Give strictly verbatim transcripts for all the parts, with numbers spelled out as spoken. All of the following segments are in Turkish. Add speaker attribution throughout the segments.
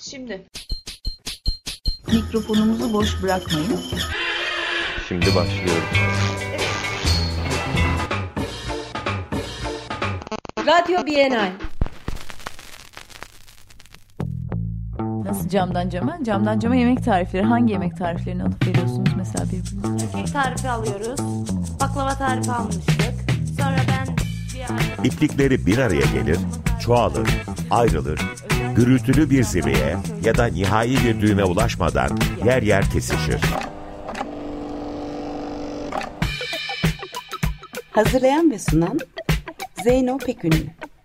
Speaker 1: Şimdi.
Speaker 2: Mikrofonumuzu boş bırakmayın.
Speaker 3: Şimdi başlıyoruz.
Speaker 1: Radyo Bienal.
Speaker 2: Nasıl camdan cama? Camdan cama yemek tarifleri. Hangi yemek tariflerini alıp veriyorsunuz mesela birbirinize?
Speaker 4: Kek tarifi alıyoruz. Baklava tarifi almıştık. Sonra ben bir arada...
Speaker 5: İplikleri bir araya gelir, çoğalır, ayrılır, gürültülü bir zirveye ya da nihai bir düğüme ulaşmadan yer yer kesişir.
Speaker 6: Hazırlayan ve sunan Zeyno Pekünlü.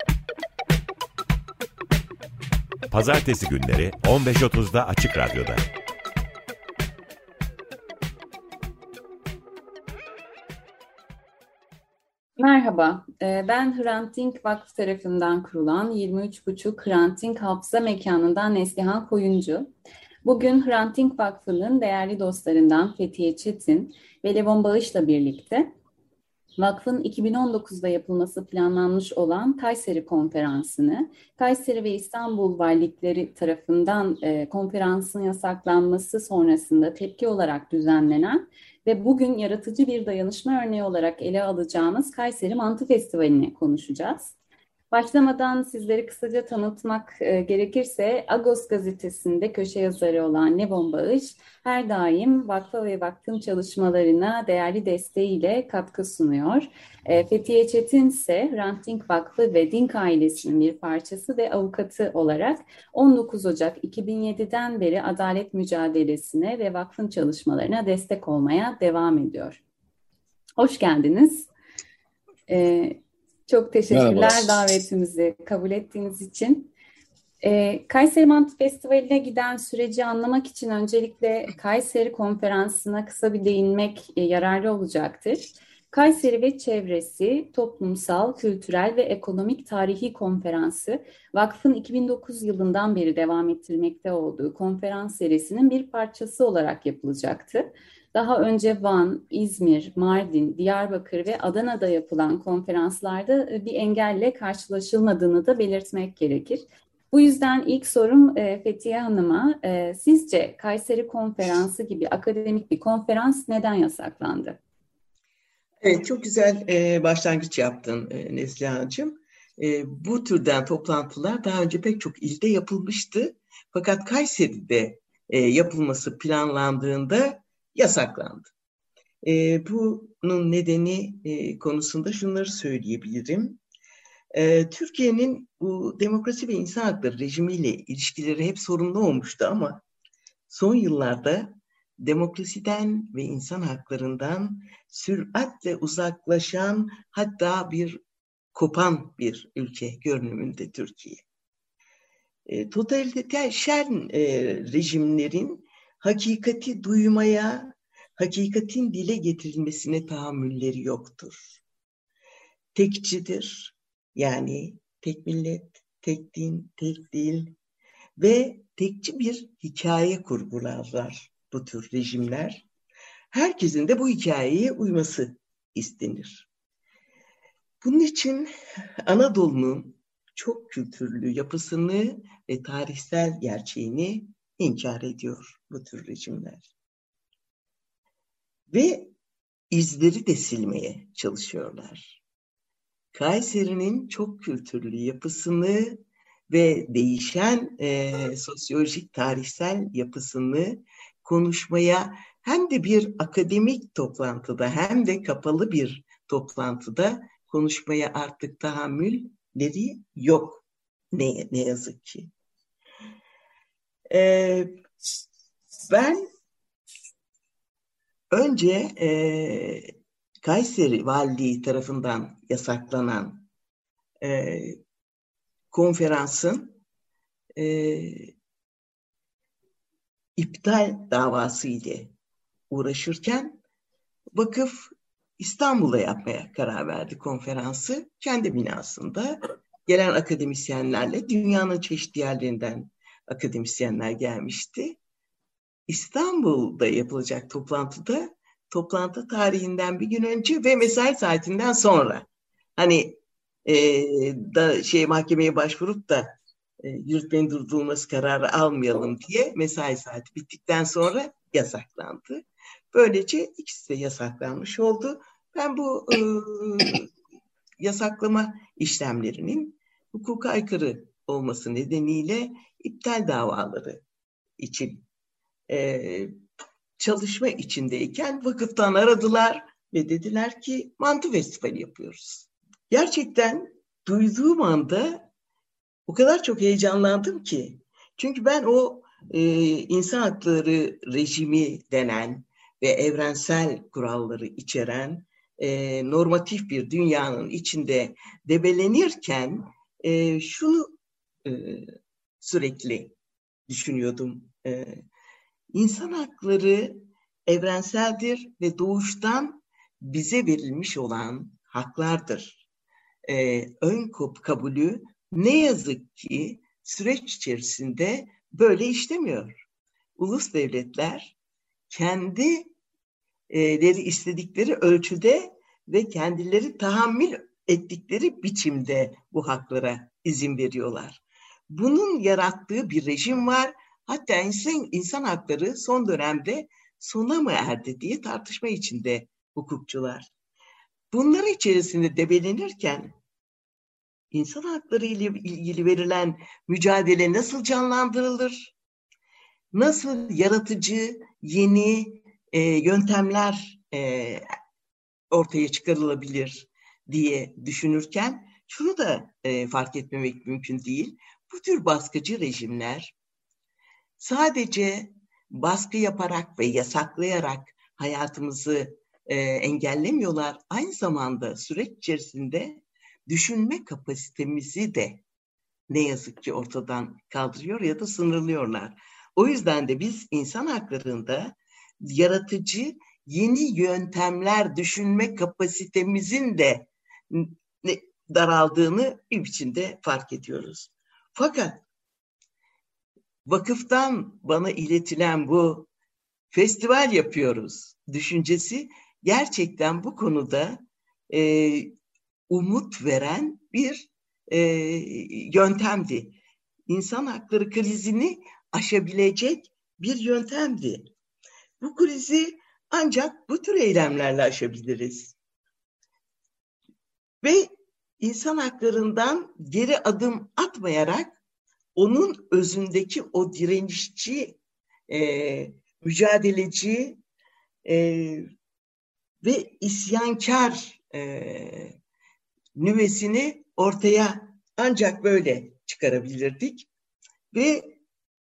Speaker 5: Pazartesi günleri on beş otuzda Açık Radyo'da.
Speaker 7: Merhaba, ben Hrant Dink Vakfı tarafından kurulan yirmi üç buçuk Hrant Dink Hafıza Mekanı'ndan Neslihan Koyuncu. Bugün Hrant Dink Vakfı'nın değerli dostlarından Fethiye Çetin ve Levon Bağış'la birlikte vakfın iki bin on dokuzda yapılması planlanmış olan Kayseri Konferansı'nı, Kayseri ve İstanbul valilikleri tarafından e, konferansın yasaklanması sonrasında tepki olarak düzenlenen ve bugün yaratıcı bir dayanışma örneği olarak ele alacağımız Kayseri Mantı Festivali'ni konuşacağız. Başlamadan sizleri kısaca tanıtmak e, gerekirse Agos gazetesinde köşe yazarı olan Levon Bağış her daim vakfa ve vakfın çalışmalarına değerli desteğiyle katkı sunuyor. E, Fethiye Çetin ise Hrant Dink Vakfı ve Dink ailesinin bir parçası ve avukatı olarak on dokuz Ocak iki bin yediden beri adalet mücadelesine ve vakfın çalışmalarına destek olmaya devam ediyor. Hoş geldiniz. Evet. Çok teşekkürler Merhaba. Davetimizi kabul ettiğiniz için. Ee, Kayseri Mantı Festivali'ne giden süreci anlamak için öncelikle Kayseri Konferansı'na kısa bir değinmek e, yararlı olacaktır. Kayseri ve çevresi toplumsal, kültürel ve ekonomik tarihi konferansı vakfın iki bin dokuz yılından beri devam ettirmekte olduğu konferans serisinin bir parçası olarak yapılacaktı. Daha önce Van, İzmir, Mardin, Diyarbakır ve Adana'da yapılan konferanslarda bir engelle karşılaşılmadığını da belirtmek gerekir. Bu yüzden ilk sorum Fethiye Hanım'a, sizce Kayseri Konferansı gibi akademik bir konferans neden yasaklandı?
Speaker 8: Evet, çok güzel e, başlangıç yaptın e, Neslihan'cığım. E, bu türden toplantılar daha önce pek çok ilde yapılmıştı. Fakat Kayseri'de e, yapılması planlandığında yasaklandı. E, bunun nedeni e, konusunda şunları söyleyebilirim. E, Türkiye'nin bu demokrasi ve insan hakları rejimiyle ilişkileri hep sorunlu olmuştu ama son yıllarda demokrasiden ve insan haklarından süratle uzaklaşan, hatta bir kopan bir ülke görünümünde Türkiye. E, totaliter e, rejimlerin hakikati duymaya, hakikatin dile getirilmesine tahammülleri yoktur. Tekçidir, yani tek millet, tek din, tek dil ve tekçi bir hikaye kurgularlar bu tür rejimler. Herkesin de bu hikayeye uyması istenir. Bunun için Anadolu'nun çok kültürlü yapısını ve tarihsel gerçeğini inkar ediyor bu tür rejimler. Ve izleri de silmeye çalışıyorlar. Kayseri'nin çok kültürlü yapısını ve değişen e, sosyolojik tarihsel yapısını konuşmaya hem de bir akademik toplantıda hem de kapalı bir toplantıda konuşmaya artık tahammülleri yok. Ne, ne yazık ki. Ee, ben önce e, Kayseri Valiliği tarafından yasaklanan e, konferansın e, iptal davası ile uğraşırken vakıf İstanbul'da yapmaya karar verdi konferansı. Kendi binasında gelen akademisyenlerle, dünyanın çeşitli yerlerinden akademisyenler gelmişti. İstanbul'da yapılacak toplantıda, toplantı tarihinden bir gün önce ve mesai saatinden sonra, hani e, da şey mahkemeye başvurup da e, yürütmenin durdurulması kararı almayalım diye mesai saati bittikten sonra yasaklandı. Böylece ikisi de yasaklanmış oldu. Ben bu e, yasaklama işlemlerinin hukuka aykırı olması nedeniyle iptal davaları için e, çalışma içindeyken vakıftan aradılar ve dediler ki mantı festivali yapıyoruz. Gerçekten duyduğum anda o kadar çok heyecanlandım ki. Çünkü ben o e, insan hakları rejimi denen ve evrensel kuralları içeren e, normatif bir dünyanın içinde debelenirken e, şunu e, sürekli düşünüyordum. E, insan hakları evrenseldir ve doğuştan bize verilmiş olan haklardır. E, ön kabulü ne yazık ki süreç içerisinde böyle işlemiyor. Ulus devletler kendileri istedikleri ölçüde ve kendileri tahammül ettikleri biçimde bu haklara izin veriyorlar. Bunun yarattığı bir rejim var. Hatta insan, insan hakları son dönemde sona mı erdi diye tartışma içinde hukukçular. Bunlar içerisinde debelenirken insan hakları ile ilgili verilen mücadele nasıl canlandırılır? Nasıl yaratıcı, yeni e, yöntemler e, ortaya çıkarılabilir diye düşünürken şunu da e, fark etmemek mümkün değil. Bu tür baskıcı rejimler sadece baskı yaparak ve yasaklayarak hayatımızı e, engellemiyorlar. Aynı zamanda süreç içerisinde düşünme kapasitemizi de ne yazık ki ortadan kaldırıyor ya da sınırlıyorlar. O yüzden de biz insan haklarında yaratıcı yeni yöntemler düşünme kapasitemizin de daraldığını bir biçimde fark ediyoruz. Fakat vakıftan bana iletilen bu festival yapıyoruz düşüncesi gerçekten bu konuda e, umut veren bir e, yöntemdi. İnsan hakları krizini aşabilecek bir yöntemdi. Bu krizi ancak bu tür eylemlerle aşabiliriz. Ve insan haklarından geri adım atmayarak onun özündeki o direnişçi, e, mücadeleci e, ve isyankar e, nüvesini ortaya ancak böyle çıkarabilirdik. Ve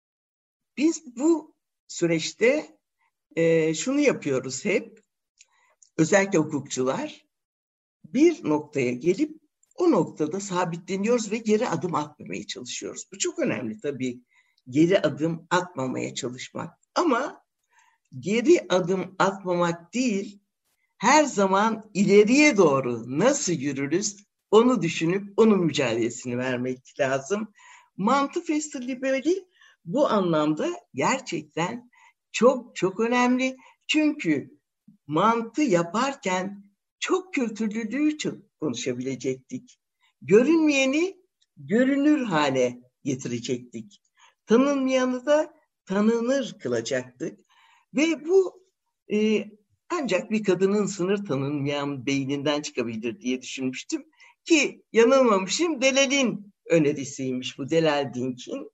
Speaker 8: biz bu süreçte e, şunu yapıyoruz hep, özellikle hukukçular, bir noktaya gelip o noktada sabitleniyoruz ve geri adım atmamaya çalışıyoruz. Bu çok önemli tabii, geri adım atmamaya çalışmak. Ama geri adım atmamak değil, her zaman ileriye doğru nasıl yürürüz onu düşünüp onun mücadelesini vermek lazım. Mantı Festivali bu anlamda gerçekten çok çok önemli. Çünkü mantı yaparken çok kültürlülüğü konuşabilecektik. Görünmeyeni görünür hale getirecektik. Tanınmayanı da tanınır kılacaktık. Ve bu e, ancak bir kadının sınır tanınmayan beyninden çıkabilir diye düşünmüştüm. Ki yanılmamışım, Delal'in önerisiymiş bu, Delal Dink'in.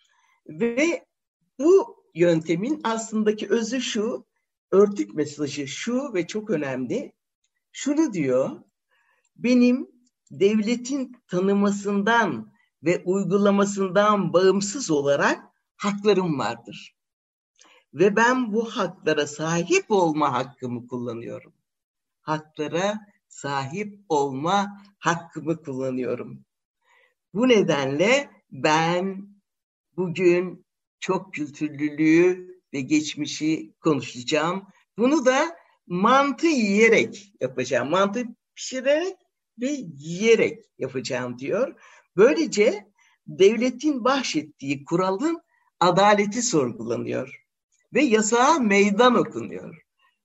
Speaker 8: Ve bu yöntemin aslındaki özü şu, örtük mesajı şu ve çok önemli. Şunu diyor, benim devletin tanımasından ve uygulamasından bağımsız olarak haklarım vardır. Ve ben bu haklara sahip olma hakkımı kullanıyorum. Haklara sahip olma hakkımı kullanıyorum. Bu nedenle ben bugün çok kültürlülüğü ve geçmişi konuşacağım. Bunu da mantı yiyerek yapacağım. Mantı pişirerek ve yiyerek yapacağım diyor. Böylece devletin bahşettiği kuralın adaleti sorgulanıyor ve yasağa meydan okunuyor.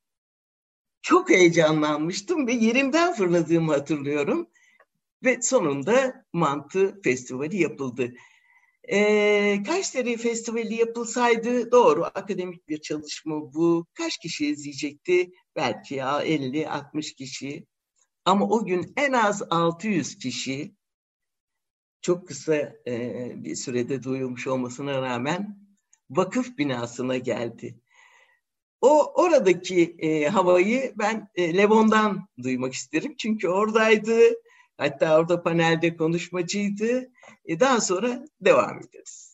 Speaker 8: Çok heyecanlanmıştım ve yerimden fırladığımı hatırlıyorum. Ve sonunda Mantı Festivali yapıldı. Ee, Kayseri Festivali yapılsaydı doğru akademik bir çalışma bu. Kaç kişi izleyecekti? Belki ya elli altmış kişi. Ama o gün en az altı yüz kişi çok kısa e, bir sürede duyulmuş olmasına rağmen vakıf binasına geldi. O oradaki e, havayı ben e, Levon'dan duymak isterim. Çünkü oradaydı. Hatta orada panelde konuşmacıydı. E, daha sonra devam ederiz.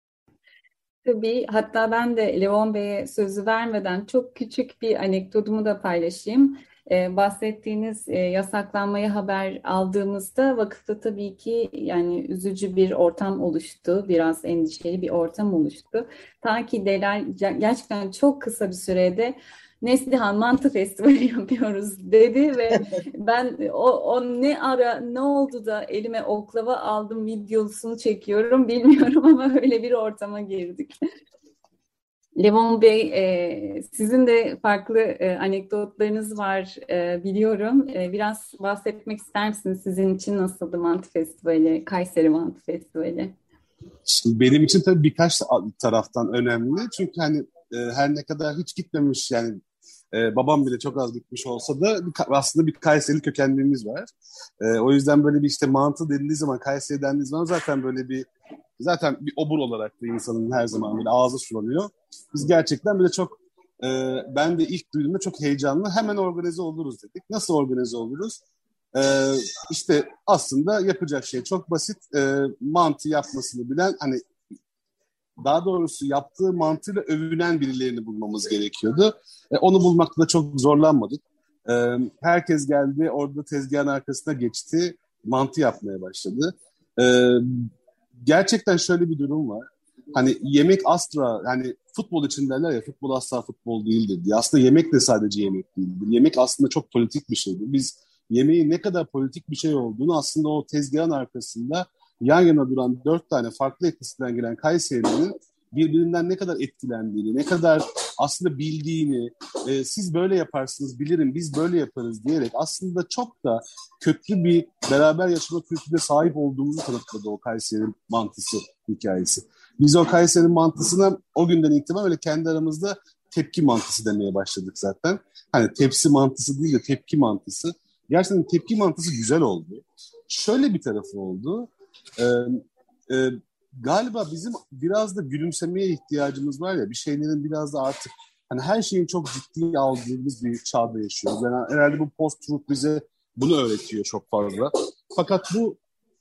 Speaker 7: Tabii, hatta ben de Levon Bey'e sözü vermeden çok küçük bir anekdotumu da paylaşayım. Ee, bahsettiğiniz e, yasaklanmayı haber aldığımızda vakıfta tabii ki yani üzücü bir ortam oluştu. Biraz endişeli bir ortam oluştu. Ta ki Delal gerçekten çok kısa bir sürede Neslihan Mantı Festivali yapıyoruz dedi ve ben o, o ne ara ne oldu da elime oklava aldım videosunu çekiyorum bilmiyorum ama öyle bir ortama girdik. Levon Bey, e, sizin de farklı e, anekdotlarınız var e, biliyorum. E, biraz bahsetmek ister misiniz? Sizin için nasıldı Mantı Festivali, Kayseri Mantı Festivali?
Speaker 9: Şimdi benim için tabii birkaç taraftan önemli. Çünkü hani e, her ne kadar hiç gitmemiş yani e, babam bile çok az gitmiş olsa da bir, aslında bir Kayseri kökenliğimiz var. E, o yüzden böyle bir işte mantı denildiği zaman, Kayseri dendiği zaman zaten böyle bir zaten bir obur olarak da insanın her zaman böyle ağzı sulanıyor. Biz gerçekten böyle çok e, ben de ilk duyduğumda çok heyecanlı hemen organize oluruz dedik. Nasıl organize oluruz? E, işte aslında yapacak şey çok basit. E, mantı yapmasını bilen hani daha doğrusu yaptığı mantıyla övünen birilerini bulmamız gerekiyordu. E, onu bulmakta da çok zorlanmadık. E, herkes geldi orada tezgahın arkasına geçti. Mantı yapmaya başladı. E, gerçekten şöyle bir durum var. Hani yemek asla hani futbol için derler ya futbol asla futbol değildir diye. Aslında yemek de sadece yemek değildir. Yemek aslında çok politik bir şeydir. Biz yemeğin ne kadar politik bir şey olduğunu aslında o tezgahın arkasında yan yana duran dört tane farklı etnisinden gelen Kayseri'nin birbirinden ne kadar etkilendiğini, ne kadar aslında bildiğini, e, siz böyle yaparsınız bilirim, biz böyle yaparız diyerek aslında çok da köklü bir beraber yaşama kültürüne sahip olduğumuzu tanıtladı o Kayseri mantısı hikayesi. Biz o Kayseri mantısına o günden itibaren öyle kendi aramızda tepki mantısı demeye başladık zaten. Hani tepsi mantısı değil de tepki mantısı. Gerçekten tepki mantısı güzel oldu. Şöyle bir tarafı oldu. Ee, e, galiba bizim biraz da gülümsemeye ihtiyacımız var ya, bir şeylerin biraz da artık hani her şeyin çok ciddiye aldığımız bir çağda yaşıyoruz. Yani herhalde bu post-truth bize bunu öğretiyor çok fazla. Fakat bu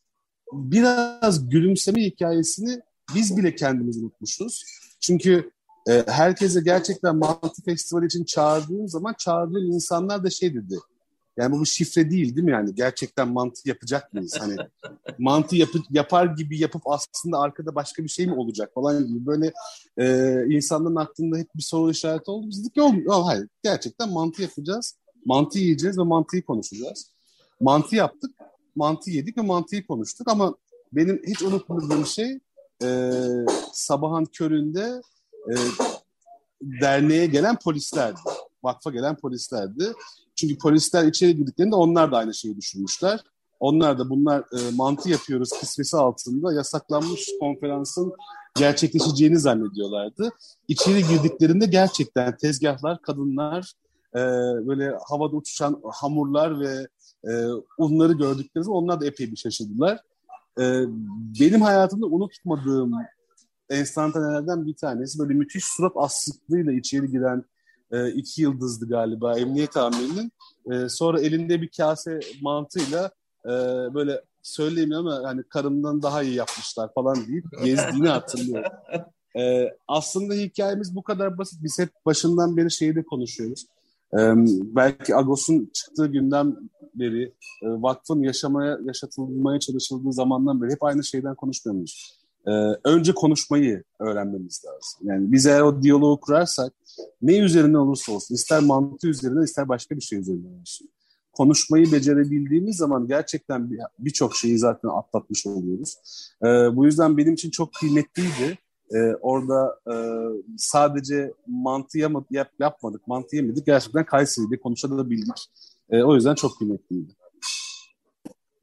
Speaker 9: biraz gülümseme hikayesini biz bile kendimiz unutmuşuz. Çünkü e, herkese gerçekten Mantı Festivali için çağırdığım zaman çağırdığım insanlar da şey dedi. Yani bu bir şifre değil değil mi yani? Gerçekten mantı yapacak mıyız? Hani mantı yapı, yapar gibi yapıp aslında arkada başka bir şey mi olacak falan gibi böyle e, insanların aklında hep bir soru işareti oldu. Biz dedik ki oh, hayır gerçekten mantı yapacağız. Mantı yiyeceğiz ve mantıyı konuşacağız. Mantı yaptık, mantı yedik ve mantıyı konuştuk ama benim hiç unutmadığım şey e, sabahın köründe e, derneğe gelen polislerdi. Vakfa gelen polislerdi. Çünkü polisler içeri girdiklerinde onlar da aynı şeyi düşünmüşler. Onlar da bunlar e, mantı yapıyoruz kısmesi altında yasaklanmış konferansın gerçekleşeceğini zannediyorlardı. İçeri girdiklerinde gerçekten tezgahlar, kadınlar, e, böyle havada uçuşan hamurlar ve e, unları gördüklerinde onlar da epey bir şaşırdılar. E, benim hayatımda unutmadığım enstantanelerden bir tanesi böyle müthiş surat asıklığıyla içeri giren E, iki yıldızdı galiba emniyet amirinin. E, sonra elinde bir kase mantıyla e, böyle söyleyeyim ama hani karımdan daha iyi yapmışlar falan deyip gezdiğini hatırlıyorum. E, aslında hikayemiz bu kadar basit. Biz hep başından beri şeyi de konuşuyoruz. E, belki Agos'un çıktığı günden beri e, vakfın yaşamaya, yaşatılmaya çalışıldığı zamandan beri hep aynı şeyden konuşmuyoruz. Ee, önce konuşmayı öğrenmemiz lazım. Yani biz eğer o diyaloğu kurarsak ne üzerine olursa olsun, ister mantı üzerine ister başka bir şey üzerine olsun. Konuşmayı becerebildiğimiz zaman gerçekten birçok şeyi zaten atlatmış oluyoruz. Ee, bu yüzden benim için çok kıymetliydi. Ee, orada e, sadece mantı yap, yap, yapmadık, mantı yemedik. Gerçekten Kayseri'de konuşabildik. Ee, o yüzden çok kıymetliydi.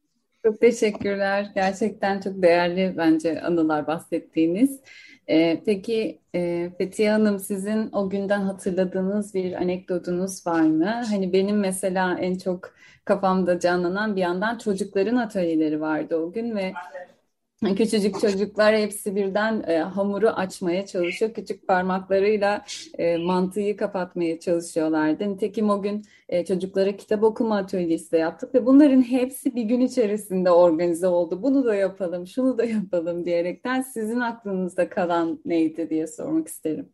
Speaker 7: Çok teşekkürler. Gerçekten çok değerli bence anılar bahsettiğiniz. Ee, peki e, Fethiye Hanım, sizin o günden hatırladığınız bir anekdotunuz var mı? Hani benim mesela en çok kafamda canlanan bir yandan çocukların atölyeleri vardı o gün ve küçücük çocuklar hepsi birden e, hamuru açmaya çalışıyor. Küçük parmaklarıyla e, mantıyı kapatmaya çalışıyorlardı. Nitekim o gün e, çocuklara kitap okuma atölyesi de yaptık ve bunların hepsi bir gün içerisinde organize oldu. Bunu da yapalım, şunu da yapalım diyerekten sizin aklınızda kalan neydi diye sormak isterim.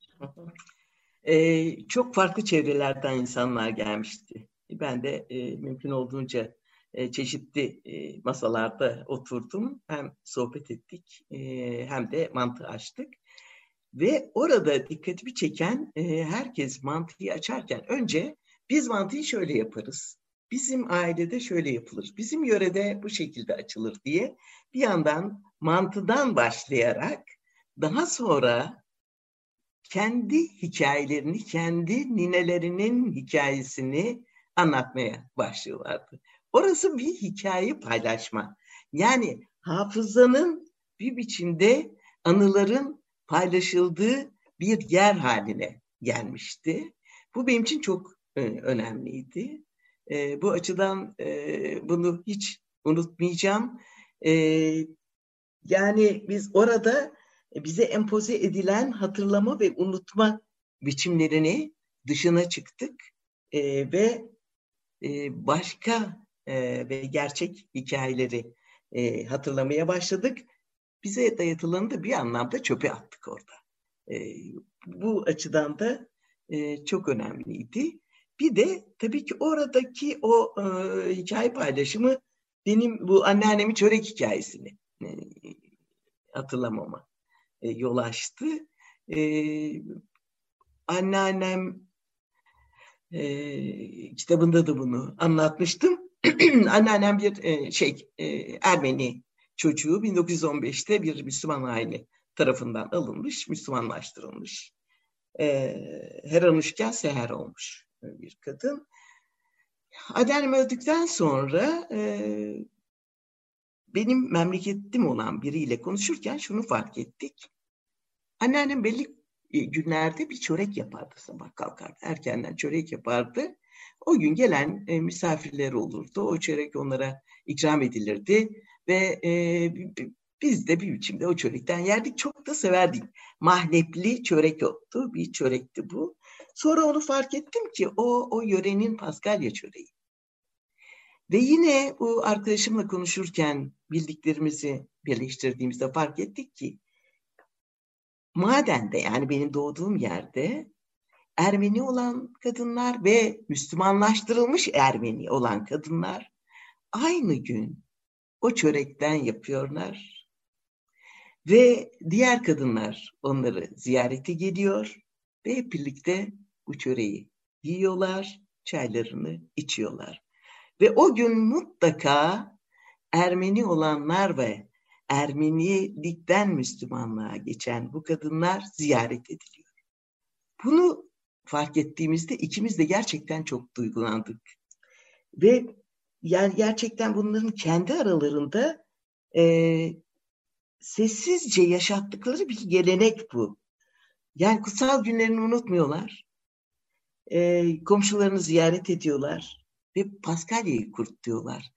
Speaker 8: Ee, çok farklı çevrelerden insanlar gelmişti. Ben de e, mümkün olduğunca e, çeşitli e, masalarda oturdum. Hem sohbet ettik e, hem de mantı açtık. Ve orada dikkatimi çeken e, herkes mantıyı açarken önce biz mantıyı şöyle yaparız. Bizim ailede şöyle yapılır. Bizim yörede bu şekilde açılır diye bir yandan mantıdan başlayarak daha sonra kendi hikayelerini, kendi ninelerinin hikayesini anlatmaya başlıyorlardı. Orası bir hikaye paylaşma. Yani hafızanın bir biçimde anıların paylaşıldığı bir yer haline gelmişti. Bu benim için çok e, önemliydi. E, bu açıdan e, bunu hiç unutmayacağım. E, yani biz orada bize empoze edilen hatırlama ve unutma biçimlerini dışına çıktık e, ve e, başka e, ve gerçek hikayeleri e, hatırlamaya başladık. Bize dayatılanı da bir anlamda çöpe attık orada. E, bu açıdan da e, çok önemliydi. Bir de tabii ki oradaki o e, hikaye paylaşımı benim bu anneannemin çörek hikayesini e, hatırlamama e, yol açtı. E, anneannem e, kitabında da bunu anlatmıştım. Anneannem bir e, şey e, Ermeni çocuğu bin dokuz yüz on beşte bir Müslüman aile tarafından alınmış, Müslümanlaştırılmış. E, Heranuşken Seher olmuş bir kadın. Anneannem öldükten sonra e, benim memleketim olan biriyle konuşurken şunu fark ettik. Anneannem belli günlerde bir çörek yapardı, sabah kalkardı. Erkenden çörek yapardı. O gün gelen e, misafirler olurdu. O çörek onlara ikram edilirdi. Ve e, biz de bir biçimde o çörekten yerdik. Çok da severdik. Mahnepli çörek oldu. Bir çörekti bu. Sonra onu fark ettim ki o, o yörenin Paskalya çöreği. Ve yine bu arkadaşımla konuşurken bildiklerimizi birleştirdiğimizde fark ettik ki Maden'de, yani benim doğduğum yerde Ermeni olan kadınlar ve Müslümanlaştırılmış Ermeni olan kadınlar aynı gün o çörekten yapıyorlar. Ve diğer kadınlar onları ziyarete geliyor ve hep birlikte bu çöreği yiyorlar, çaylarını içiyorlar. Ve o gün mutlaka Ermeni olanlar ve Ermenilikten Müslümanlığa geçen bu kadınlar ziyaret ediliyor. Bunu fark ettiğimizde ikimiz de gerçekten çok duygulandık. Ve yani gerçekten bunların kendi aralarında e, sessizce yaşattıkları bir gelenek bu. Yani kutsal günlerini unutmuyorlar. E, komşularını ziyaret ediyorlar ve Paskalya'yı kutluyorlar.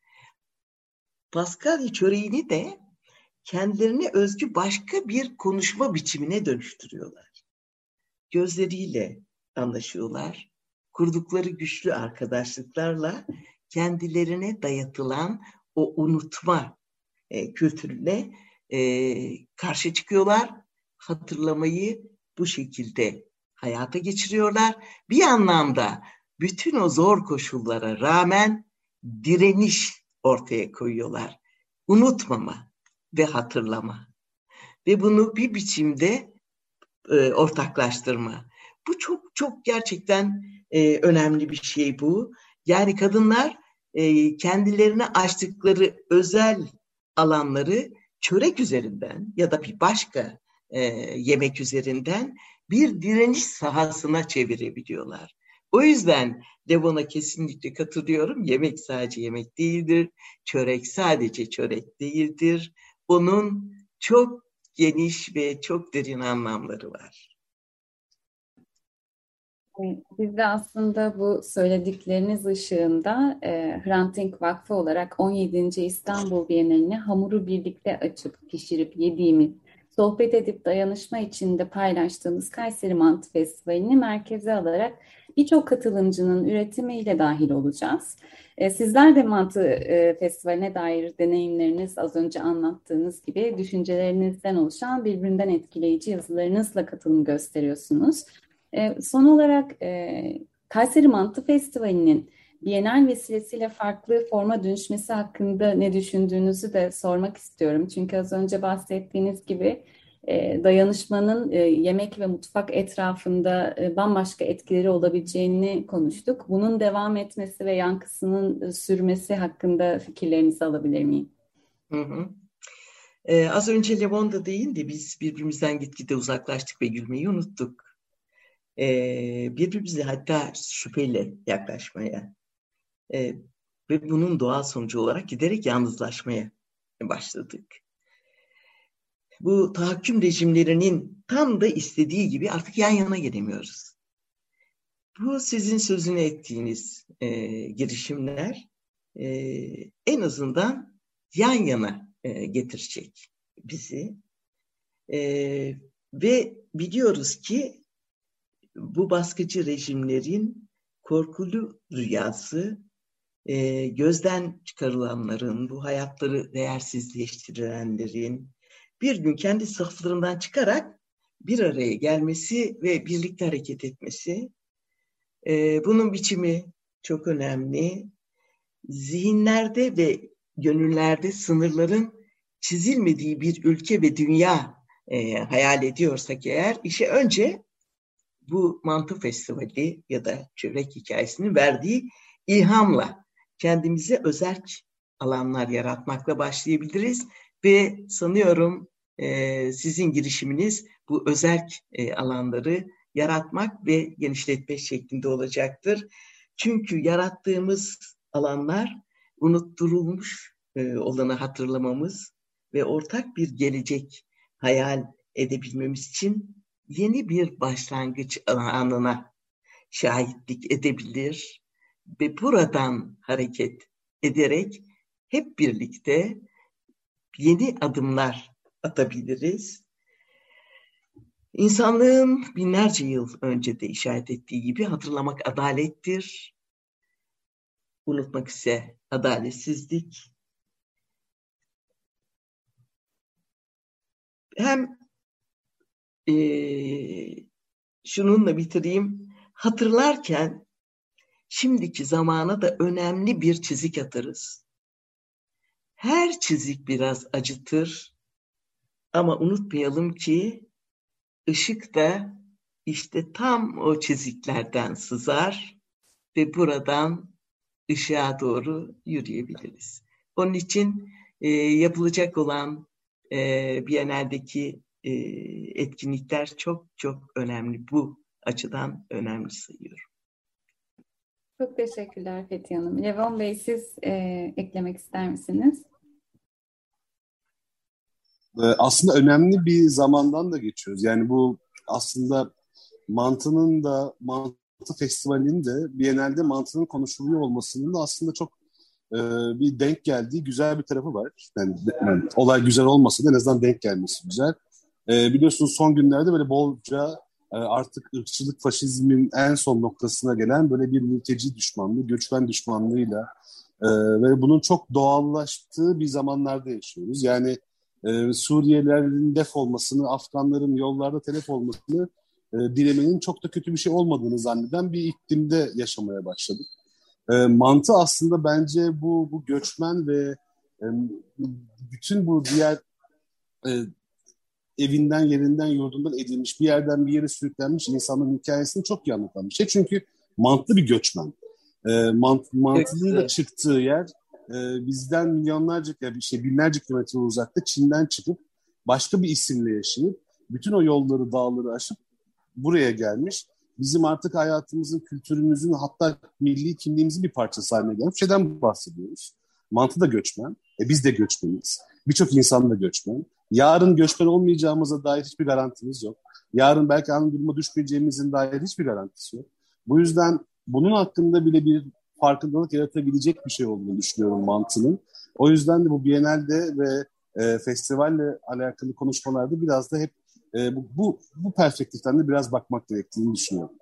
Speaker 8: Paskalya çöreğini de kendilerine özgü başka bir konuşma biçimine dönüştürüyorlar. Gözleriyle anlaşıyorlar. Kurdukları güçlü arkadaşlıklarla kendilerine dayatılan o unutma e, kültürüne e, karşı çıkıyorlar. Hatırlamayı bu şekilde hayata geçiriyorlar. Bir anlamda bütün o zor koşullara rağmen direniş ortaya koyuyorlar. Unutmama ve hatırlama. Ve bunu bir biçimde e, ortaklaştırma. Bu çok çok gerçekten e, önemli bir şey bu. Yani kadınlar e, kendilerine açtıkları özel alanları çörek üzerinden ya da bir başka e, yemek üzerinden bir direniş sahasına çevirebiliyorlar. O yüzden Levon'a kesinlikle katılıyorum. Yemek sadece yemek değildir. Çörek sadece çörek değildir. Onun çok geniş ve çok derin anlamları var.
Speaker 7: Biz de aslında bu söyledikleriniz ışığında e, Hrant Dink Vakfı olarak on yedinci İstanbul Bienalini hamuru birlikte açıp pişirip yediğimiz, sohbet edip dayanışma içinde paylaştığımız Kayseri Mantı Festivali'ni merkeze alarak birçok katılımcının üretimiyle dahil olacağız. E, sizler de Mantı e, Festivali'ne dair deneyimleriniz, az önce anlattığınız gibi düşüncelerinizden oluşan birbirinden etkileyici yazılarınızla katılım gösteriyorsunuz. E, son olarak e, Kayseri Mantı Festivali'nin Bienal vesilesiyle farklı forma dönüşmesi hakkında ne düşündüğünüzü de sormak istiyorum. Çünkü az önce bahsettiğiniz gibi e, dayanışmanın e, yemek ve mutfak etrafında e, bambaşka etkileri olabileceğini konuştuk. Bunun devam etmesi ve yankısının e, sürmesi hakkında fikirlerinizi alabilir miyim?
Speaker 8: Hı hı. Ee, az önce Levon da değindi, biz birbirimizden gitgide uzaklaştık ve gülmeyi unuttuk. Ee, birbirimize hatta şüpheyle yaklaşmaya e, ve bunun doğal sonucu olarak giderek yalnızlaşmaya başladık. Bu tahakküm rejimlerinin tam da istediği gibi artık yan yana gelemiyoruz. Bu sizin sözünü ettiğiniz e, girişimler e, en azından yan yana e, getirecek bizi. E, ve biliyoruz ki bu baskıcı rejimlerin korkulu rüyası, e, gözden çıkarılanların, bu hayatları değersizleştirenlerin bir gün kendi saflarından çıkarak bir araya gelmesi ve birlikte hareket etmesi. E, bunun biçimi çok önemli. Zihinlerde ve gönüllerde sınırların çizilmediği bir ülke ve dünya e, hayal ediyorsak eğer, işe önce bu Mantı Festivali ya da çörek hikayesinin verdiği ilhamla kendimize özerk alanlar yaratmakla başlayabiliriz ve sanıyorum e, sizin girişiminiz bu özerk e, alanları yaratmak ve genişletmek şeklinde olacaktır. Çünkü yarattığımız alanlar unutturulmuş e, olanı hatırlamamız ve ortak bir gelecek hayal edebilmemiz için yeni bir başlangıç anına şahitlik edebilir ve buradan hareket ederek hep birlikte yeni adımlar atabiliriz. İnsanlığın binlerce yıl önce de işaret ettiği gibi hatırlamak adalettir, unutmak ise adaletsizlik. Hem e, şununla bitireyim, hatırlarken şimdiki zamana da önemli bir çizik atarız. Her çizik biraz acıtır ama unutmayalım ki ışık da işte tam o çiziklerden sızar ve buradan ışığa doğru yürüyebiliriz. Onun için e, yapılacak olan e, Bienal'deki e, etkinlikler çok çok önemli. Bu açıdan önemli sayıyorum.
Speaker 7: Çok teşekkürler Fethi Hanım. Levon Bey, siz e, eklemek ister misiniz?
Speaker 9: Aslında önemli bir zamandan da geçiyoruz. Yani bu aslında mantının da, Mantı Festivali'nin de Bienal'de mantının konuşuluyor olmasının da aslında çok e, bir denk geldiği güzel bir tarafı var. Yani, yani olay güzel olmasa da en azından denk gelmesi güzel. E, biliyorsunuz son günlerde böyle bolca e, artık ırkçılık, faşizmin en son noktasına gelen böyle bir mülteci düşmanlığı, göçmen düşmanlığıyla e, ve bunun çok doğallaştığı bir zamanlarda yaşıyoruz. Yani Ee, Suriyelilerin def olmasını, Afganların yollarda telef olmasını e, dilemenin çok da kötü bir şey olmadığını zanneden bir iklimde yaşamaya başladık. E, mantı aslında bence bu bu göçmen ve e, bütün bu diğer e, evinden, yerinden, yurdundan edilmiş, bir yerden bir yere sürüklenmiş insanların hikayesini çok iyi anlatan bir şey. Çünkü mantı bir göçmen. E, mant, mantının da çıktığı yer Ee, bizden milyonlarca, yani işte binlerce kilometre uzakta Çin'den çıkıp başka bir isimle yaşayıp bütün o yolları, dağları aşıp buraya gelmiş bizim artık hayatımızın, kültürümüzün, hatta milli kimliğimizin bir parçası haline gelen bir şeyden bahsediyoruz. Mantı da göçmen, e biz de göçmeniz. Birçok insan da göçmen. Yarın göçmen olmayacağımıza dair hiçbir garantimiz yok. Yarın belki aynı duruma düşmeyeceğimizin dair hiçbir garantisi yok. Bu yüzden bunun hakkında bile bir farkındalık yaratabilecek bir şey olduğunu düşünüyorum mantının. O yüzden de bu Biennale'de ve e, festivalle alakalı konuşmalarda biraz da hep e, bu, bu, bu perspektiften de biraz bakmak gerektiğini düşünüyorum.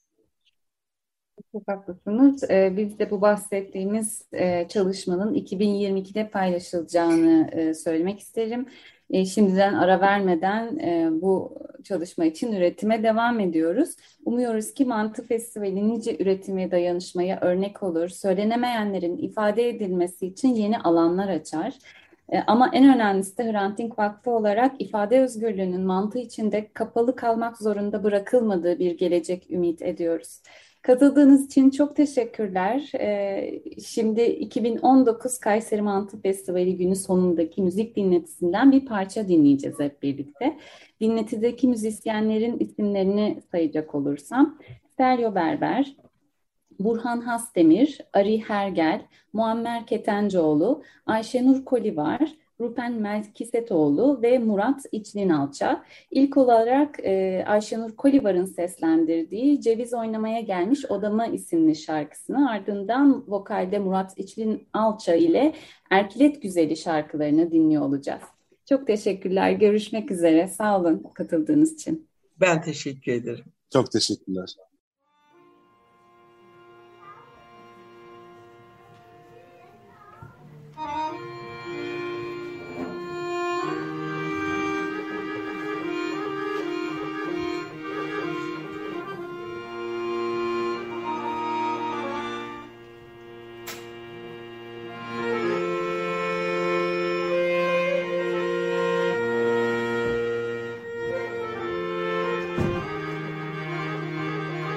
Speaker 7: Çok haklısınız. Ee, biz de bu bahsettiğimiz e, çalışmanın iki bin yirmi ikide paylaşılacağını e, söylemek isterim. E, şimdiden ara vermeden e, bu çalışma için üretime devam ediyoruz. Umuyoruz ki Mantı Festivali nice üretime ve dayanışmaya örnek olur. Söylenemeyenlerin ifade edilmesi için yeni alanlar açar. E, ama en önemlisi de Hrant Dink Vakfı olarak ifade özgürlüğünün mantı içinde kapalı kalmak zorunda bırakılmadığı bir gelecek ümit ediyoruz. Katıldığınız için çok teşekkürler. Ee, şimdi iki bin on dokuz Kayseri Mantı Festivali günü sonundaki müzik dinletisinden bir parça dinleyeceğiz hep birlikte. Dinletideki müzisyenlerin isimlerini sayacak olursam: Seryo Berber, Burhan Hasdemir, Ari Hergel, Muammer Ketencoğlu, Ayşenur Kolivar, Rupen Melkisetoğlu ve Murat İçlinalça. İlk olarak e, Ayşenur Kolivar'ın seslendirdiği Ceviz Oynamaya Gelmiş Odama isimli şarkısını, ardından vokalde Murat İçlinalça ile Erkilet Güzeli şarkılarını dinliyor olacağız. Çok teşekkürler. Görüşmek üzere. Sağ olun katıldığınız için.
Speaker 8: Ben teşekkür ederim.
Speaker 9: Çok teşekkürler.
Speaker 10: Thank you.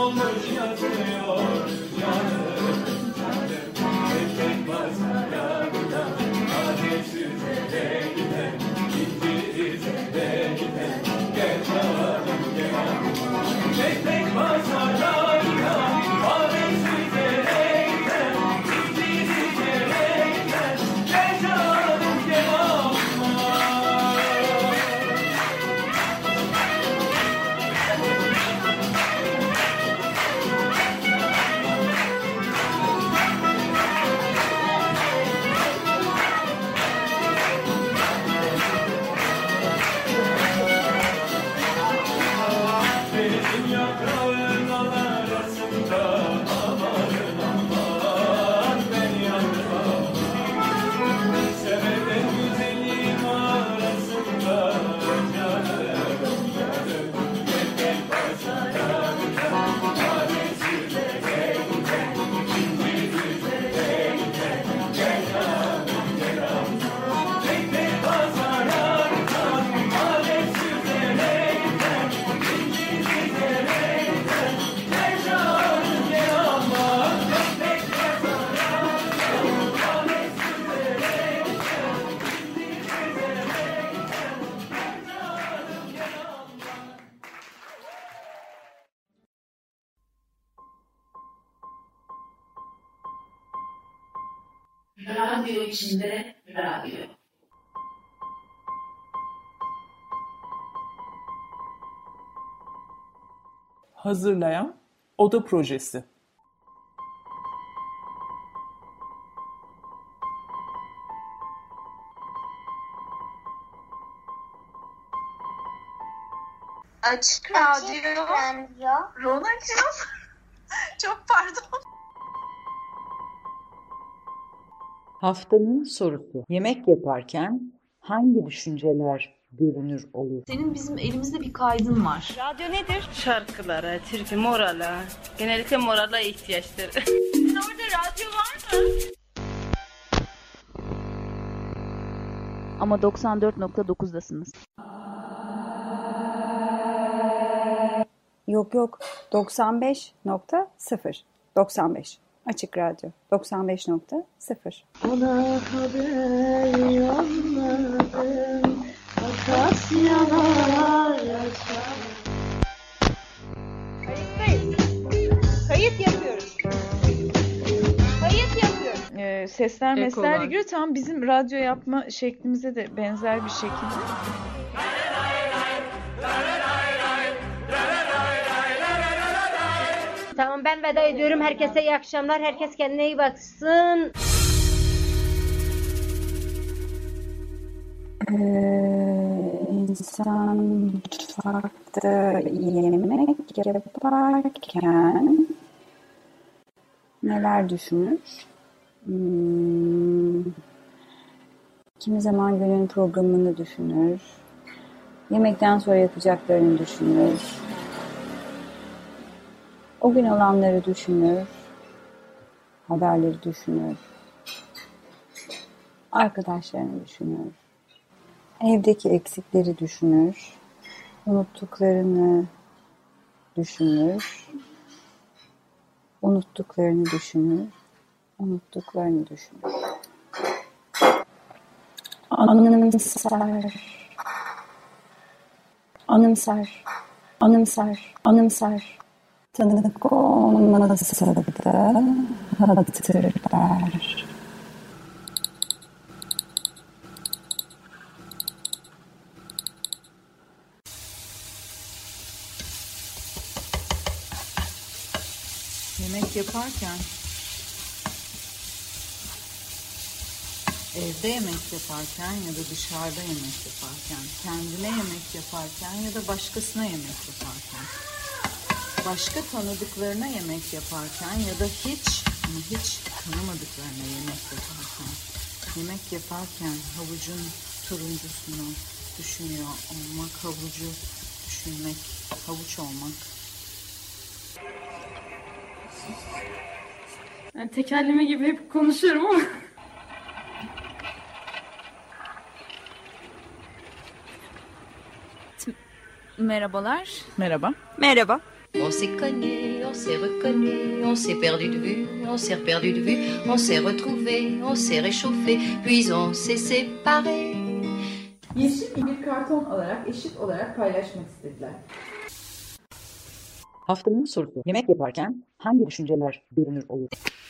Speaker 10: Radyo içinde radyo.
Speaker 11: Hazırlayan Oda Projesi.
Speaker 12: Açık radyo. Ronacığım. Çok pardon.
Speaker 13: Haftanın sorusu. Yemek yaparken hangi düşünceler görünür olur?
Speaker 2: Senin bizim elimizde bir kaydın var.
Speaker 4: Radyo nedir? Şarkılara, türkü, morala. Genellikle morala ihtiyaçları.
Speaker 12: Orada radyo var mı?
Speaker 2: Ama doksan dört nokta dokuzdasınız.
Speaker 14: Yok yok. doksan beş nokta sıfır. doksan beş. Açık Radyo. doksan beş nokta sıfır.
Speaker 10: Ona haber yolladım. Akasyalar açar.
Speaker 12: Kayıttayız. Kayıt yapıyoruz. Kayıt yapıyoruz.
Speaker 2: Ee, sesler
Speaker 11: Ek
Speaker 2: mesler
Speaker 11: olarak.
Speaker 2: ilgili tam bizim radyo yapma şeklimize de benzer bir şekilde.
Speaker 15: Tamam, ben veda ediyorum. Herkese iyi akşamlar. Herkes kendine iyi baksın.
Speaker 14: Ee, insan mutfakta yemek yaparken neler düşünür? Hmm, kimi zaman günün programını düşünür. Yemekten sonra yapacaklarını düşünür. O gün olanları düşünür. Haberleri düşünür. Arkadaşlarını düşünür. Evdeki eksikleri düşünür. Unuttuklarını düşünür. Unuttuklarını düşünür. Unuttuklarını düşünür. Anımsar. Anımsar. Anımsar. Anımsar. Tanıdık olmasa da hatırlar.
Speaker 2: Yemek yaparken, evde yemek yaparken ya da dışarıda yemek yaparken, kendine yemek yaparken ya da başkasına yemek yaparken, başka tanıdıklarına yemek yaparken ya da hiç ama hiç tanımadıklarına yemek yaparken, yemek yaparken havucun turuncusunu düşünüyor olmak, havucu düşünmek, havuç olmak.
Speaker 16: Yani tekerleme gibi hep konuşuyorum ama.
Speaker 2: Merhabalar.
Speaker 11: Merhaba.
Speaker 17: Merhaba. On s'est connu, on s'est reconnu, on s'est perdu de vue, on s'est perdu de vue, on s'est retrouvé, on s'est réchauffé, puis on s'est séparé.
Speaker 18: Yeşil bir karton alarak eşit olarak paylaşmak istediler.
Speaker 13: Haftanın sorusu. Yemek yaparken hangi düşünceler görünür olur?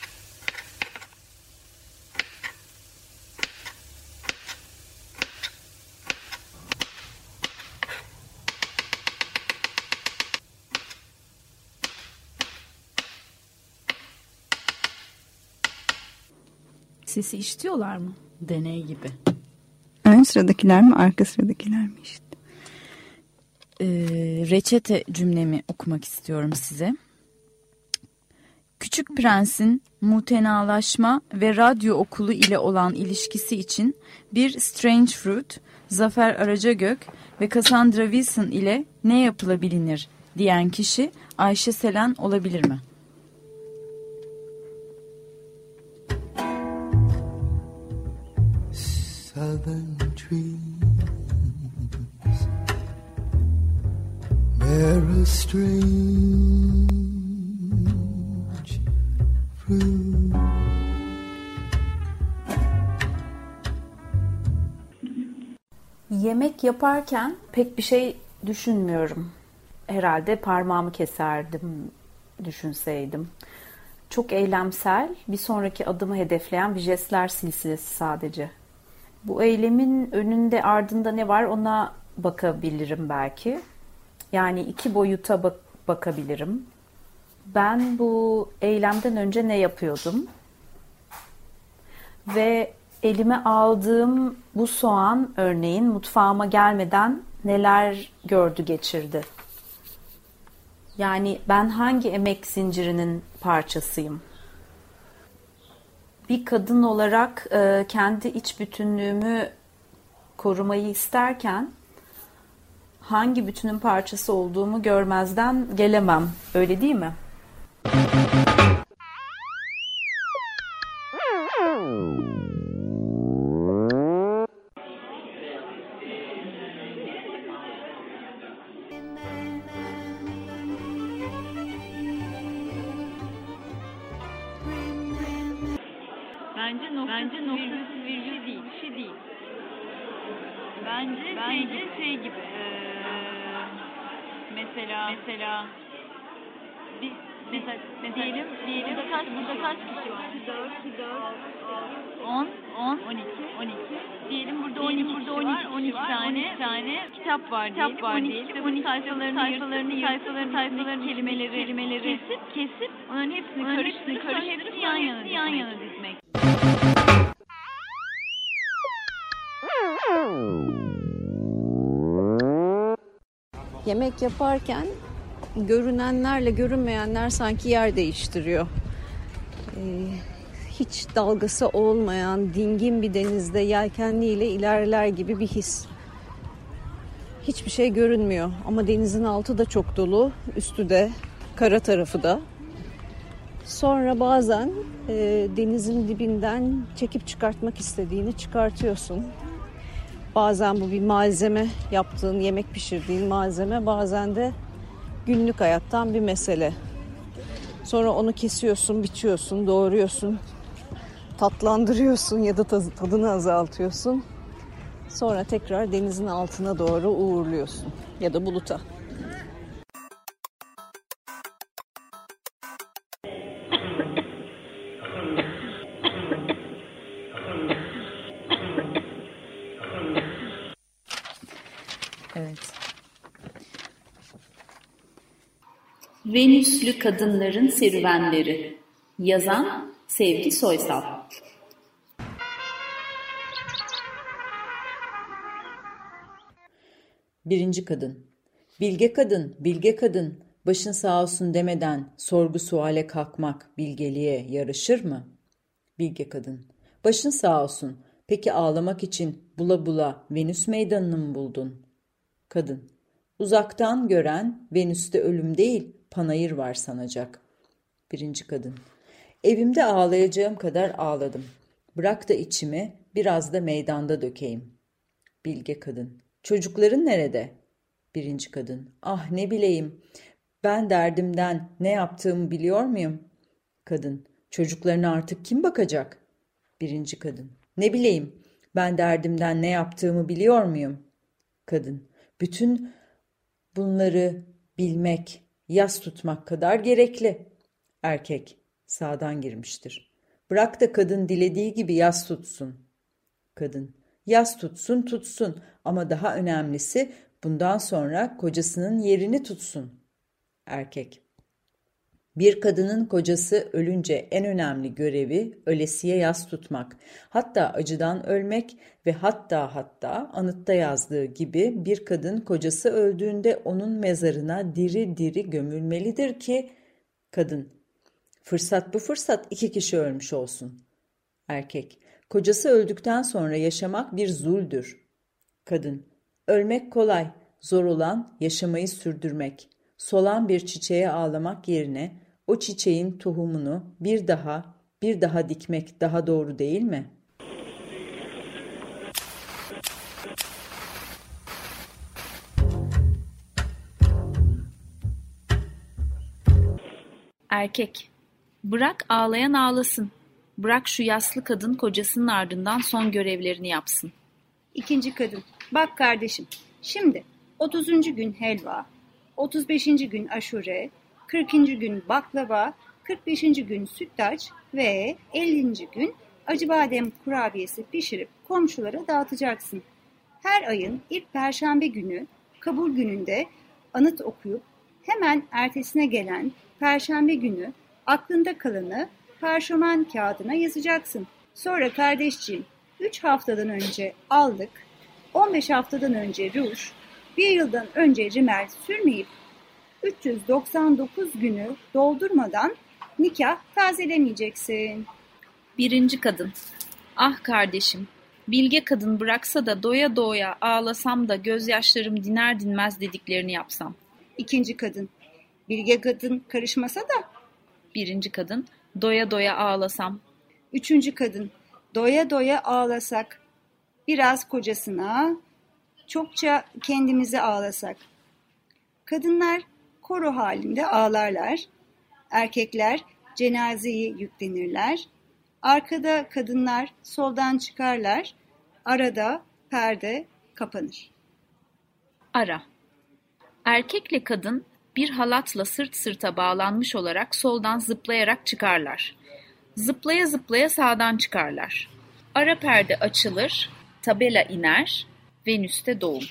Speaker 14: Sesi işitiyorlar mı?
Speaker 19: Deney gibi.
Speaker 14: Ön sıradakiler mi, arka sıradakiler mi işte?
Speaker 19: Ee, reçete cümlemi okumak istiyorum size. Küçük Prens'in mutenalaşma ve radyo okulu ile olan ilişkisi için bir Strange Fruit, Zafer Aracagök ve Cassandra Wilson ile ne yapılabilir diyen kişi Ayşe Selen olabilir mi?
Speaker 20: Southern trees bear a strange fruit.
Speaker 21: Yemek yaparken pek bir şey düşünmüyorum. Herhalde parmağımı keserdim düşünseydim. Çok eylemsel, bir sonraki adımı hedefleyen bir jestler silsilesi sadece. Bu eylemin önünde ardında ne var ona bakabilirim belki. Yani iki boyuta bak- bakabilirim. Ben bu eylemden önce ne yapıyordum? Ve elime aldığım bu soğan örneğin mutfağıma gelmeden neler gördü geçirdi? Yani ben hangi emek zincirinin parçasıyım? Bir kadın olarak e, kendi iç bütünlüğümü korumayı isterken hangi bütünün parçası olduğumu görmezden gelemem. Öyle değil mi?
Speaker 22: Bence nokta Bence nokta virgül değil, bir şey değil. Bence, Bence şey, şey gibi. Ee, mesela mesela bir mesela, mesela diyelim diyelim burada kaç burada kaç kişi var? dört, dört, on, on, on iki, on iki. Diyelim burada on iki burada on iki, on iki tane tane kitap var diyelim. Kitap var diyelim. on iki sayfalarını sayfalarını sayfalarını sayfalarını kelimeleri kelimeleri kesip kesip onların hepsini karıştırıp karıştırıp hepsini yan yana yan yana dizmek.
Speaker 23: Yemek yaparken görünenlerle görünmeyenler sanki yer değiştiriyor. Ee, hiç dalgası olmayan dingin bir denizde yelkenliyle ilerler gibi bir his. Hiçbir şey görünmüyor ama denizin altı da çok dolu, üstü de, kara tarafı da. Sonra bazen e, denizin dibinden çekip çıkartmak istediğini çıkartıyorsun. Bazen bu bir malzeme, yaptığın, yemek pişirdiğin malzeme, bazen de günlük hayattan bir mesele. Sonra onu kesiyorsun, biçiyorsun, doğruyorsun, tatlandırıyorsun ya da tadını azaltıyorsun. Sonra tekrar denizin altına doğru uğurluyorsun ya da buluta.
Speaker 19: Evet.
Speaker 1: Venüslü Kadınların Serüvenleri. Yazan Sevgi Soysal.
Speaker 13: Birinci kadın. Bilge kadın, bilge kadın, başın sağ olsun demeden sorgu suale kalkmak bilgeliğe yaraşır mı? Bilge kadın. Başın sağ olsun. Peki ağlamak için bula bula Venüs meydanını mı buldun? Kadın. Uzaktan gören Venüs'te ölüm değil, panayır var sanacak. Birinci kadın. Evimde ağlayacağım kadar ağladım. Bırak da içimi biraz da meydanda dökeyim. Bilge kadın. Çocukların nerede? Birinci kadın. Ah ne bileyim. Ben derdimden ne yaptığımı biliyor muyum? Kadın, çocuklarına artık kim bakacak? Birinci kadın, ne bileyim, ben derdimden ne yaptığımı biliyor muyum? Kadın, bütün bunları bilmek, yas tutmak kadar gerekli. Erkek, sağdan girmiştir. Bırak da kadın dilediği gibi yas tutsun. Kadın, yas tutsun tutsun ama daha önemlisi bundan sonra kocasının yerini tutsun. Erkek, bir kadının kocası ölünce en önemli görevi ölesiye yas tutmak. Hatta acıdan ölmek ve hatta hatta anıtta yazdığı gibi bir kadın kocası öldüğünde onun mezarına diri diri gömülmelidir ki kadın, fırsat bu fırsat iki kişi ölmüş olsun. Erkek, kocası öldükten sonra yaşamak bir zuldür. Kadın, ölmek kolay, zor olan yaşamayı sürdürmek. Solan bir çiçeğe ağlamak yerine o çiçeğin tohumunu bir daha, bir daha dikmek daha doğru değil mi?
Speaker 3: Erkek, bırak ağlayan ağlasın. Bırak şu yaslı kadın kocasının ardından son görevlerini yapsın.
Speaker 14: İkinci kadın, bak kardeşim, şimdi otuzuncu gün helva, otuz beşinci gün aşure, kırkıncı gün baklava, kırk beşinci gün sütlaç ve ellinci gün acıbadem kurabiyesi pişirip komşulara dağıtacaksın. Her ayın ilk perşembe günü kabul gününde anıt okuyup hemen ertesine gelen perşembe günü aklında kalanı parşömen kağıdına yazacaksın. Sonra kardeşciğim, üç haftadan önce aldık, on beş haftadan önce ruj, bir yıldan önce rimel sürmeyip üç yüz doksan dokuz günü doldurmadan nikah tazelemeyeceksin.
Speaker 3: Birinci kadın, ah kardeşim, bilge kadın bıraksa da doya doya ağlasam da gözyaşlarım diner dinmez dediklerini yapsam.
Speaker 14: İkinci kadın, bilge kadın karışmasa da.
Speaker 3: Birinci kadın, doya doya ağlasam.
Speaker 14: Üçüncü kadın, doya doya ağlasak, biraz kocasına, çokça kendimize ağlasak. Kadınlar koro halinde ağlarlar, erkekler cenazeyi yüklenirler, arkada kadınlar soldan çıkarlar, arada perde kapanır.
Speaker 3: Ara. Erkekle kadın bir halatla sırt sırta bağlanmış olarak soldan zıplayarak çıkarlar. Zıplaya zıplaya sağdan çıkarlar. Ara perde açılır, tabela iner, Venüs'te doğum.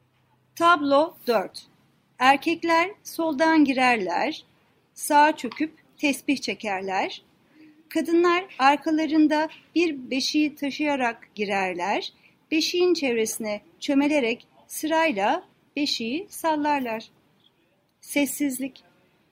Speaker 14: Tablo dört. Erkekler soldan girerler, sağa çöküp tesbih çekerler. Kadınlar arkalarında bir beşiği taşıyarak girerler, beşiğin çevresine çömelerek sırayla beşiği sallarlar. Sessizlik.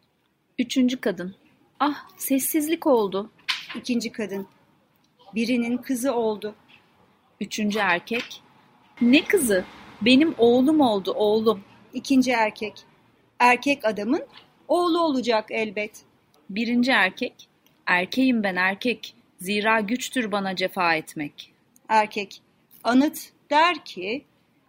Speaker 3: Üçüncü kadın. Ah, sessizlik oldu.
Speaker 14: İkinci kadın. Birinin kızı oldu.
Speaker 3: Üçüncü erkek. Ne kızı? Benim oğlum oldu, oğlum.
Speaker 14: İkinci erkek. Erkek adamın oğlu olacak elbet.
Speaker 3: Birinci erkek. Erkeğim ben erkek. Zira güçtür bana cefa etmek.
Speaker 14: Erkek. Anıt der ki.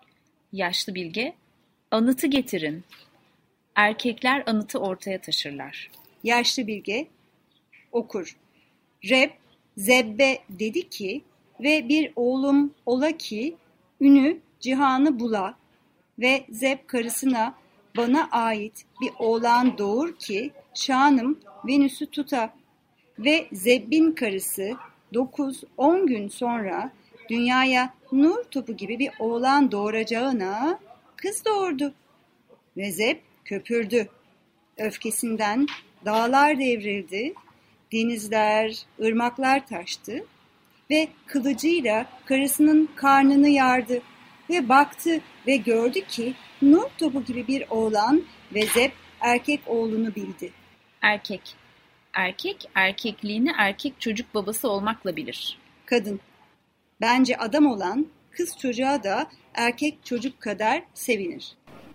Speaker 3: Yaşlı bilge. Anıtı getirin. Erkekler anıtı ortaya taşırlar.
Speaker 14: Yaşlı bilge okur. Reb Zebbe dedi ki ve bir oğlum ola ki ünü cihanı bula ve Zeb karısına bana ait bir oğlan doğur ki şanım Venüs'ü tuta ve Zeb'in karısı dokuz on gün sonra dünyaya nur topu gibi bir oğlan doğuracağına kız doğurdu ve Zeb köpürdü. Öfkesinden dağlar devrildi, denizler, ırmaklar taştı ve kılıcıyla karısının karnını yardı ve baktı ve gördü ki nur topu gibi bir oğlan ve Zeb erkek oğlunu bildi.
Speaker 3: Erkek. Erkek erkekliğini erkek çocuk babası olmakla bilir.
Speaker 14: Kadın. Bence adam olan kız çocuğa da erkek çocuk kadar sevinir.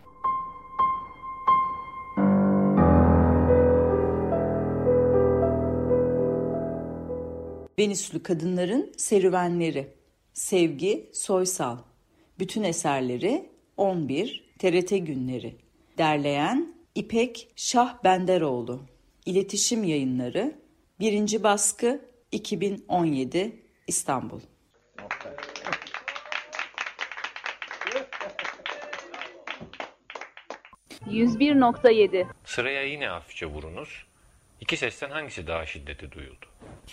Speaker 13: Venüslü Kadınların Serüvenleri. Sevgi Soysal. Bütün eserleri on bir T R T Günleri. Derleyen İpek Şah Benderoğlu. İletişim Yayınları. Birinci baskı iki bin on yedi İstanbul.
Speaker 3: yüz bir nokta yedi.
Speaker 5: Sıraya yine hafifçe vurunuz. İki sesten hangisi daha şiddetli duyuldu?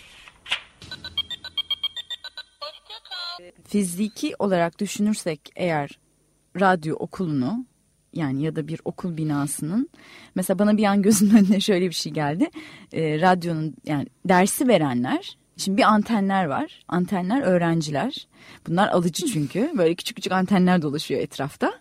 Speaker 19: Fiziki olarak düşünürsek eğer radyo okulunu yani ya da bir okul binasının mesela bana bir an gözümün önüne şöyle bir şey geldi. E, radyonun yani dersi verenler, şimdi bir antenler var. Antenler öğrenciler. Bunlar alıcı çünkü. Böyle küçük küçük antenler dolaşıyor etrafta.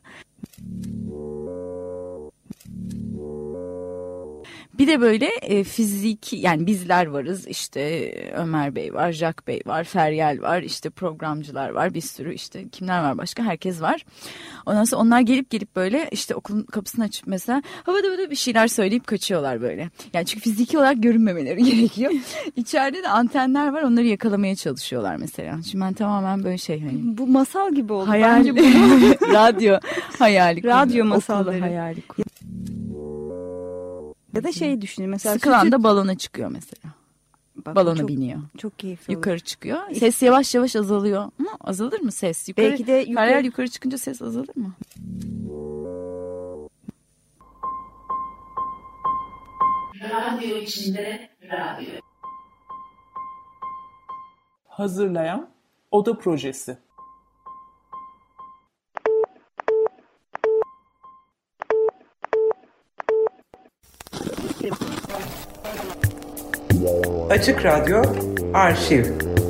Speaker 19: Bir de böyle e, fiziki yani bizler varız işte Ömer Bey var, Jack Bey var, Feryal var, işte programcılar var, bir sürü işte kimler var başka herkes var. Ondan sonra onlar gelip gelip böyle işte okulun kapısını açıp mesela havada havada bir şeyler söyleyip kaçıyorlar böyle. Yani çünkü fiziki olarak görünmemeleri gerekiyor. İçeride de antenler var, onları yakalamaya çalışıyorlar mesela. Şimdi ben tamamen böyle şey hani.
Speaker 14: Bu masal gibi oldu.
Speaker 19: Hayal,
Speaker 14: bence bu.
Speaker 19: radyo hayali.
Speaker 14: Radyo masalları.
Speaker 19: Okulu hayali.
Speaker 14: Ya da şey düşünün mesela.
Speaker 19: Sıkılan
Speaker 14: sütü...
Speaker 19: da balona çıkıyor mesela.
Speaker 14: Bak,
Speaker 19: balona
Speaker 14: çok,
Speaker 19: biniyor.
Speaker 14: Çok keyifli
Speaker 19: Yukarı
Speaker 14: olur.
Speaker 19: çıkıyor. Ses yavaş yavaş azalıyor. Mu? Azalır mı ses? Yukarı,
Speaker 14: Belki de yukarı...
Speaker 19: Feryal yukarı çıkınca ses azalır mı?
Speaker 10: Radyo içinde radyo.
Speaker 11: Hazırlayan Oda Projesi.
Speaker 6: Açık Radyo Arşiv.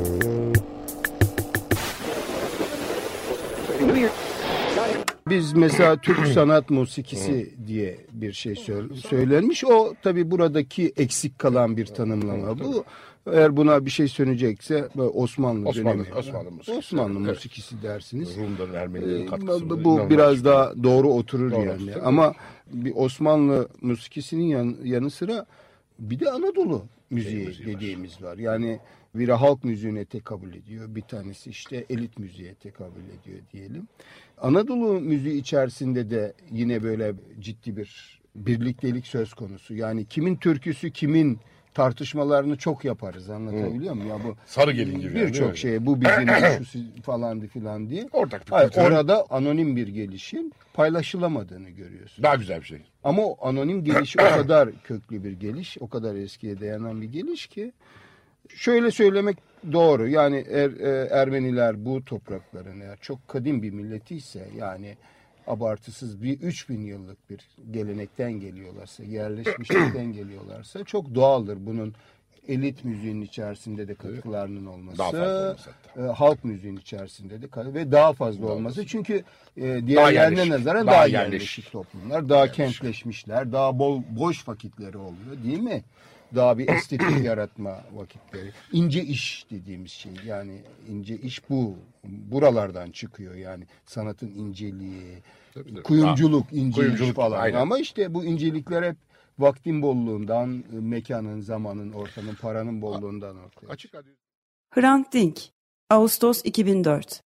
Speaker 7: Biz mesela Türk sanat musikisi diye bir şey söylenmiş. O tabii buradaki eksik kalan bir tanımlama. Bu eğer buna bir şey söyleyecekse Osmanlı,
Speaker 24: Osmanlı
Speaker 7: dönemi.
Speaker 24: Osmanlı musikisi.
Speaker 7: Osmanlı
Speaker 24: evet.
Speaker 7: musikisi dersiniz.
Speaker 24: Rum'dan Ermenilerin katkısı.
Speaker 7: Bu, bu biraz daha doğru oturur
Speaker 24: doğru,
Speaker 7: yani.
Speaker 24: tabii.
Speaker 7: Ama bir Osmanlı musikisinin yan, yanı sıra bir de Anadolu müziği, müziği dediğimiz var. var. Yani biri halk müziğine tekabül ediyor. Bir tanesi işte elit müziğe tekabül ediyor diyelim. Anadolu müziği içerisinde de yine böyle ciddi bir birliktelik söz konusu. Yani kimin türküsü kimin tartışmalarını çok yaparız, anlatabiliyor muyum? Ya bu
Speaker 24: Sarı gelin gibi.
Speaker 7: Birçok
Speaker 24: yani,
Speaker 7: şey bu bizim şu falandı filan diye.
Speaker 24: Ortak bir
Speaker 7: Hayır,
Speaker 24: kültürün...
Speaker 7: orada anonim bir gelişim paylaşılamadığını görüyorsun.
Speaker 24: Daha güzel bir şey.
Speaker 7: Ama o anonim geliş o kadar köklü bir geliş, o kadar eskiye dayanan bir geliş ki şöyle söylemek doğru. Yani er, e, Ermeniler bu toprakların eğer çok kadim bir milleti ise yani abartısız bir üç bin yıllık bir gelenekten geliyorlarsa, yerleşmişlikten geliyorlarsa çok doğaldır bunun elit müziğin içerisinde de katkılarının olması,
Speaker 24: daha fazla olması
Speaker 7: e, halk müziğin içerisinde de ve daha fazla daha olması. Olması. Çünkü e, diğerlerine nazaran
Speaker 24: daha,
Speaker 7: daha
Speaker 24: yerleşik.
Speaker 7: yerleşik toplumlar, daha yerleşik. Kentleşmişler, daha bol boş vakitleri oluyor değil mi? Daha bir estetik yaratma vakitleri. İnce iş dediğimiz şey. Yani ince iş bu. Buralardan çıkıyor yani. Sanatın inceliği, tabii, tabii. kuyumculuk, ince kuyumculuk, iş falan. Aynen. Ama işte bu incelikler hep vaktin bolluğundan, mekanın, zamanın, ortamın, paranın bolluğundan ortaya.
Speaker 24: Açık radyo.
Speaker 25: Hrant Dink, Ağustos iki bin dört.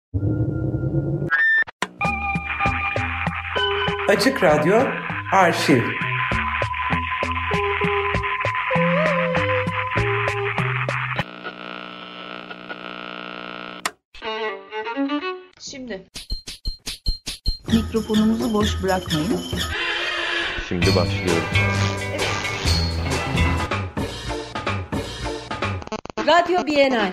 Speaker 6: Açık Radyo Arşiv.
Speaker 23: Şimdi.
Speaker 19: Mikrofonumuzu boş bırakmayın.
Speaker 5: Şimdi başlıyoruz.
Speaker 23: Radyo Bienal.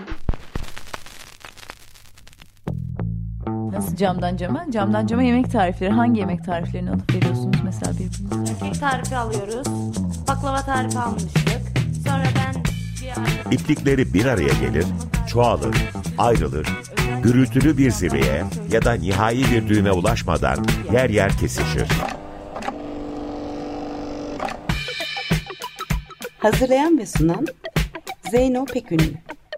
Speaker 19: Nasıl camdan cama? Camdan cama yemek tarifleri. Hangi yemek tariflerini alıp veriyorsunuz mesela birbirinize?
Speaker 15: Kek tarifi alıyoruz. Baklava tarifi almıştık. Sonra ben bir ara...
Speaker 26: İplikleri bir araya gelir, çoğalır, ayrılır, gürültülü bir zirveye ya da nihai bir düğüme ulaşmadan yer yer kesişir.
Speaker 25: Hazırlayan ve sunan Zeyno Pekünlü.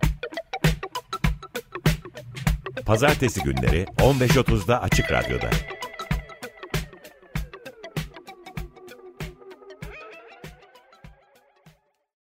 Speaker 26: Pazartesi günleri on beş otuzda Açık Radyo'da.